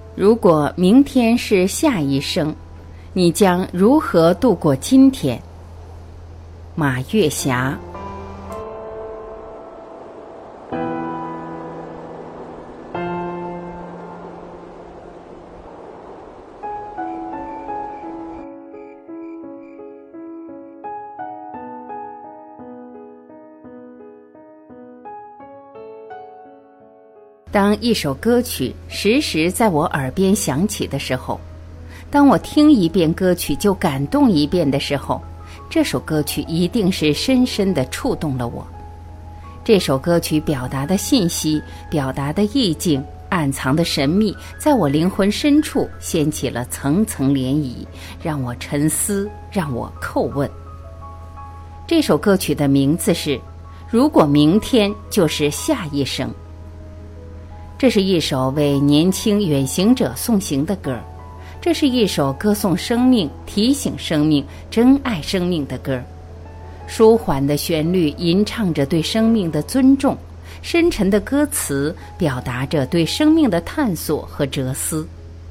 如果明天是下一生，你将如何度过今天？马月霞。当一首歌曲时时在我耳边响起的时候，当我听一遍歌曲就感动一遍的时候，这首歌曲一定是深深地触动了我。这首歌曲表达的信息，表达的意境，暗藏的神秘，在我灵魂深处掀起了层层涟漪，让我沉思，让我叩问。这首歌曲的名字是《如果明天就是下一生》。这是一首为年轻远行者送行的歌，这是一首歌颂生命、提醒生命、珍爱生命的歌。舒缓的旋律吟唱着对生命的尊重，深沉的歌词表达着对生命的探索和哲思。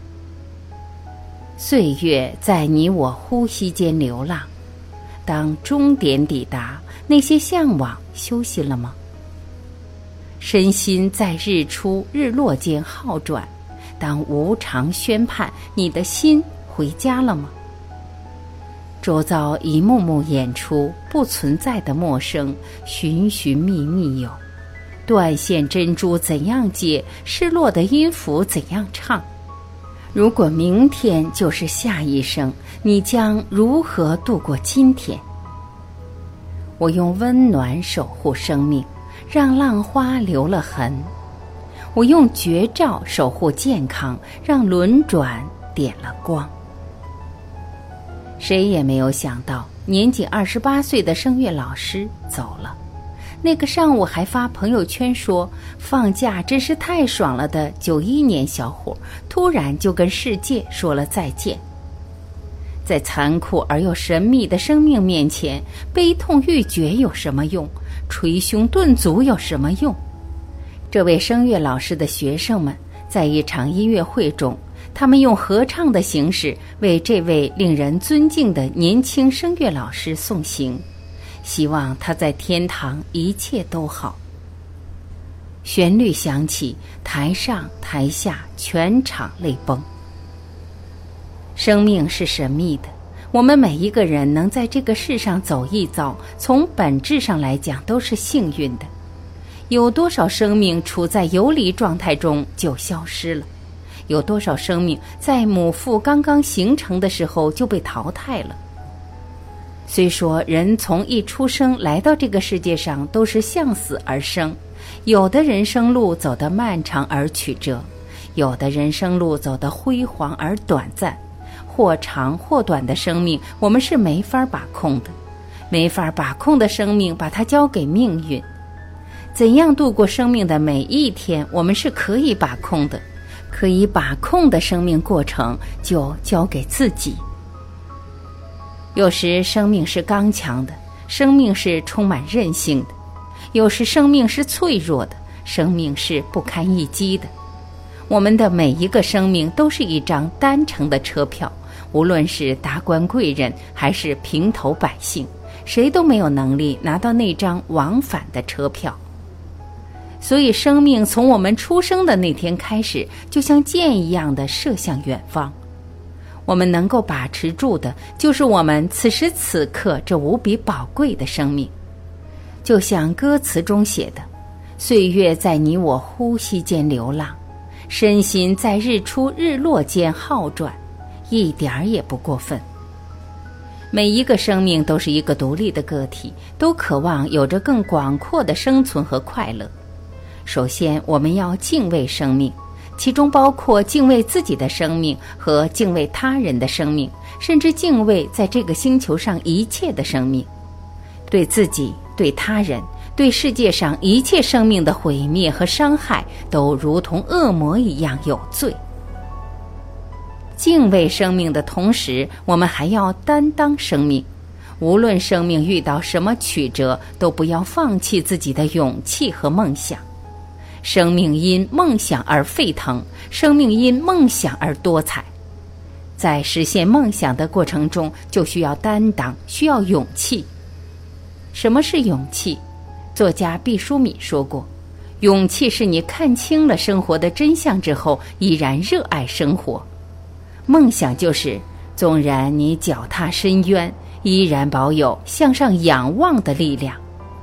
岁月在你我呼吸间流浪，当终点抵达，那些向往休息了吗？身心在日出日落间浩转，当无常宣判，你的心回家了吗？周遭一幕幕演出，不存在的陌生，寻寻觅觅有。断线珍珠怎样接，失落的音符怎样唱？如果明天就是下一生，你将如何度过今天？我用温暖守护生命，让浪花留了痕。我用绝照守护健康，让轮转点了光。谁也没有想到，年仅28岁的声乐老师走了。那个上午还发朋友圈说放假真是太爽了的91年小伙，突然就跟世界说了再见。在残酷而又神秘的生命面前，悲痛欲绝有什么用？捶胸顿足有什么用？这位声乐老师的学生们在一场音乐会中，他们用合唱的形式为这位令人尊敬的年轻声乐老师送行，希望他在天堂一切都好。旋律响起，台上台下全场泪崩。生命是神秘的，我们每一个人能在这个世上走一遭，从本质上来讲都是幸运的。有多少生命处在游离状态中就消失了？有多少生命在母腹刚刚形成的时候就被淘汰了？虽说人从一出生来到这个世界上都是向死而生，有的人生路走得漫长而曲折，有的人生路走得辉煌而短暂。或长或短的生命，我们是没法把控的，没法把控的生命，把它交给命运。怎样度过生命的每一天，我们是可以把控的，可以把控的生命过程就交给自己。有时生命是刚强的，生命是充满韧性的；有时生命是脆弱的，生命是不堪一击的。我们的每一个生命都是一张单程的车票，无论是达官贵人还是平头百姓，谁都没有能力拿到那张往返的车票。所以生命从我们出生的那天开始，就像箭一样的射向远方。我们能够把持住的，就是我们此时此刻这无比宝贵的生命。就像歌词中写的，岁月在你我呼吸间流浪，身心在日出日落间浩转，一点儿也不过分。每一个生命都是一个独立的个体，都渴望有着更广阔的生存和快乐。首先，我们要敬畏生命，其中包括敬畏自己的生命和敬畏他人的生命，甚至敬畏在这个星球上一切的生命。对自己、对他人、对世界上一切生命的毁灭和伤害，都如同恶魔一样有罪。敬畏生命的同时，我们还要担当生命。无论生命遇到什么曲折，都不要放弃自己的勇气和梦想。 生命因梦想而沸腾，生命因梦想而多彩。在实现梦想的过程中，就需要担当，需要勇气。什么是勇气？作家毕淑敏说过，勇气是你看清了生活的真相之后，依然热爱生活。梦想就是纵然你脚踏深渊，依然保有向上仰望的力量。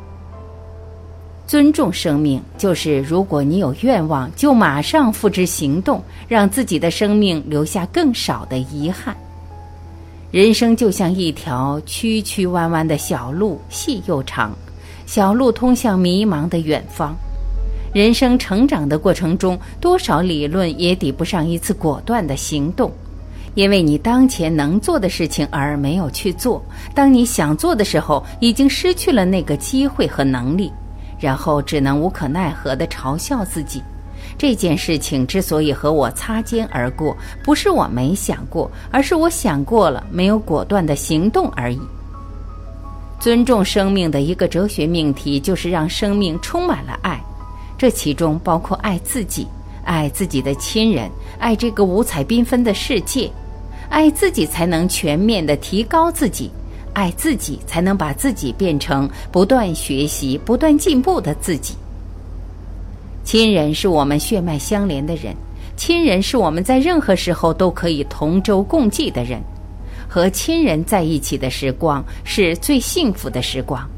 尊重生命就是如果你有愿望，就马上付之行动，让自己的生命留下更少的遗憾。人生就像一条曲曲弯弯的小路，细又长，小路通向迷茫的远方。人生成长的过程中，多少理论也抵不上一次果断的行动。因为你当前能做的事情而没有去做，当你想做的时候，已经失去了那个机会和能力，然后只能无可奈何地嘲笑自己。这件事情之所以和我擦肩而过，不是我没想过，而是我想过了，没有果断的行动而已。尊重生命的一个哲学命题就是让生命充满了爱，这其中包括爱自己，爱自己的亲人，爱这个五彩缤纷的世界。爱自己才能全面地提高自己，爱自己才能把自己变成不断学习、不断进步的自己。亲人是我们血脉相连的人，亲人是我们在任何时候都可以同舟共济的人。和亲人在一起的时光是最幸福的时光。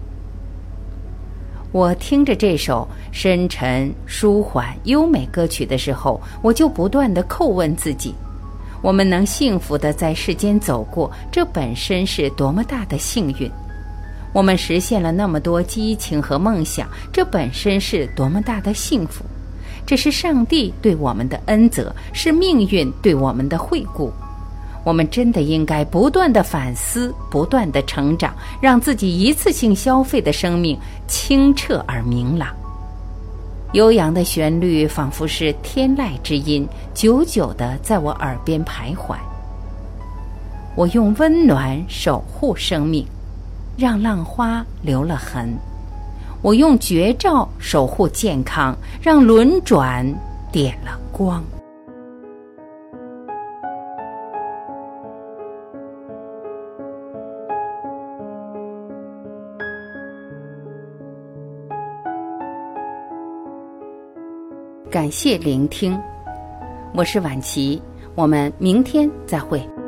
我听着这首深沉、舒缓、优美歌曲的时候，我就不断地叩问自己，我们能幸福地在世间走过，这本身是多么大的幸运。我们实现了那么多激情和梦想，这本身是多么大的幸福。这是上帝对我们的恩泽，是命运对我们的惠顾。我们真的应该不断地反思，不断地成长，让自己一次性消费的生命清澈而明朗。悠扬的旋律仿佛是天籁之音，久久地在我耳边徘徊。我用温暖守护生命，让浪花留了痕。我用绝照守护健康，让轮转点了光。感谢聆听，我是婉琪，我们明天再会。